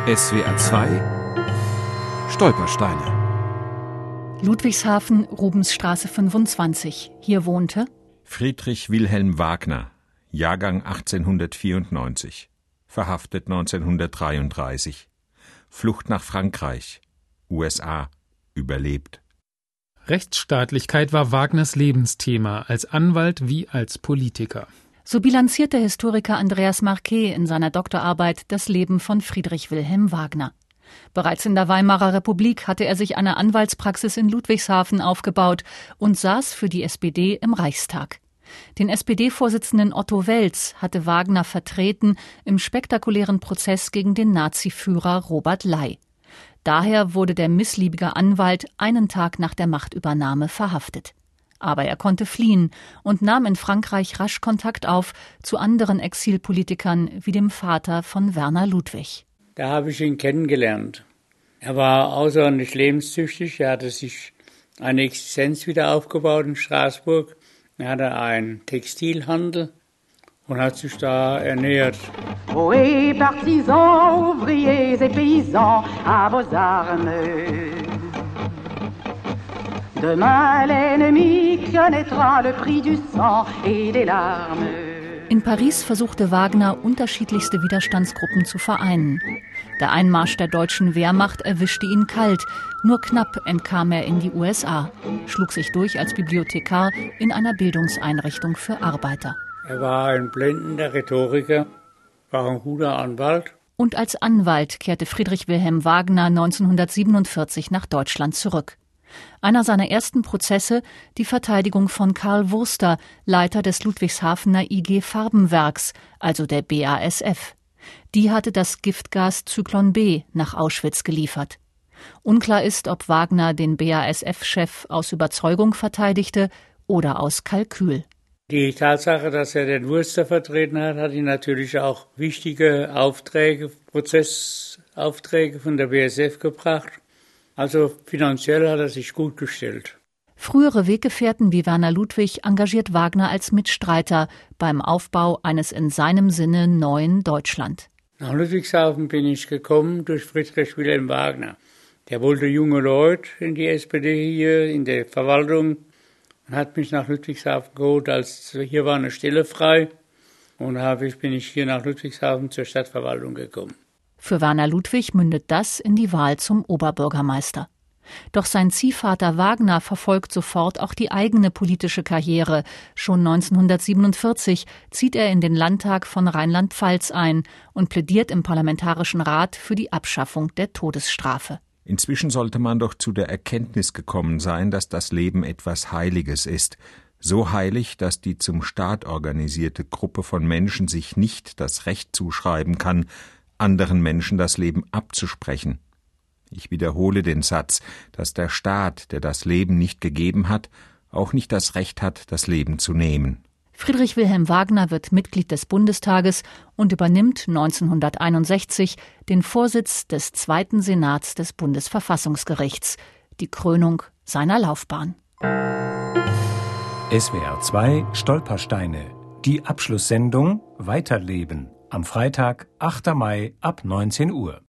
SWR 2 Stolpersteine. Ludwigshafen, Rubensstraße 25. Hier wohnte Friedrich Wilhelm Wagner, Jahrgang 1894, verhaftet 1933, Flucht nach Frankreich, USA, überlebt. Rechtsstaatlichkeit war Wagners Lebensthema, als Anwalt wie als Politiker. So bilanziert der Historiker Andreas Marquet in seiner Doktorarbeit das Leben von Friedrich Wilhelm Wagner. Bereits in der Weimarer Republik hatte er sich eine Anwaltspraxis in Ludwigshafen aufgebaut und saß für die SPD im Reichstag. Den SPD-Vorsitzenden Otto Welz hatte Wagner vertreten im spektakulären Prozess gegen den Nazi-Führer Robert Ley. Daher wurde der missliebige Anwalt einen Tag nach der Machtübernahme verhaftet. Aber er konnte fliehen und nahm in Frankreich rasch Kontakt auf zu anderen Exilpolitikern wie dem Vater von Werner Ludwig. Da habe ich ihn kennengelernt. Er war außerordentlich lebenstüchtig. Er hatte sich eine Existenz wieder aufgebaut in Straßburg. Er hatte einen Textilhandel und hat sich da ernährt. Ohé, partisans, ouvriers et paysans, à vos armes. Demain l'ennemi connaîtra le prix du sang et des larmes. In Paris versuchte Wagner, unterschiedlichste Widerstandsgruppen zu vereinen. Der Einmarsch der deutschen Wehrmacht erwischte ihn kalt. Nur knapp entkam er in die USA, schlug sich durch als Bibliothekar in einer Bildungseinrichtung für Arbeiter. Er war ein blendender Rhetoriker, war ein guter Anwalt. Und als Anwalt kehrte Friedrich Wilhelm Wagner 1947 nach Deutschland zurück. Einer seiner ersten Prozesse, die Verteidigung von Karl Wurster, Leiter des Ludwigshafener IG Farbenwerks, also der BASF. Die hatte das Giftgas Zyklon B nach Auschwitz geliefert. Unklar ist, ob Wagner den BASF-Chef aus Überzeugung verteidigte oder aus Kalkül. Die Tatsache, dass er den Wurster vertreten hat, hat ihm natürlich auch wichtige Aufträge, Prozessaufträge von der BASF gebracht. Also finanziell hat er sich gut gestellt. Frühere Weggefährten wie Werner Ludwig engagiert Wagner als Mitstreiter beim Aufbau eines in seinem Sinne neuen Deutschland. Nach Ludwigshafen bin ich gekommen durch Friedrich Wilhelm Wagner. Der wollte junge Leute in die SPD hier in der Verwaltung und hat mich nach Ludwigshafen geholt, als hier war eine Stelle frei. Und bin ich hier nach Ludwigshafen zur Stadtverwaltung gekommen. Für Werner Ludwig mündet das in die Wahl zum Oberbürgermeister. Doch sein Ziehvater Wagner verfolgt sofort auch die eigene politische Karriere. Schon 1947 zieht er in den Landtag von Rheinland-Pfalz ein und plädiert im Parlamentarischen Rat für die Abschaffung der Todesstrafe. Inzwischen sollte man doch zu der Erkenntnis gekommen sein, dass das Leben etwas Heiliges ist. So heilig, dass die zum Staat organisierte Gruppe von Menschen sich nicht das Recht zuschreiben kann, anderen Menschen das Leben abzusprechen. Ich wiederhole den Satz, dass der Staat, der das Leben nicht gegeben hat, auch nicht das Recht hat, das Leben zu nehmen. Friedrich Wilhelm Wagner wird Mitglied des Bundestages und übernimmt 1961 den Vorsitz des Zweiten Senats des Bundesverfassungsgerichts, die Krönung seiner Laufbahn. SWR 2 Stolpersteine. Die Abschlusssendung Weiterleben. Am Freitag, 8. Mai ab 19 Uhr.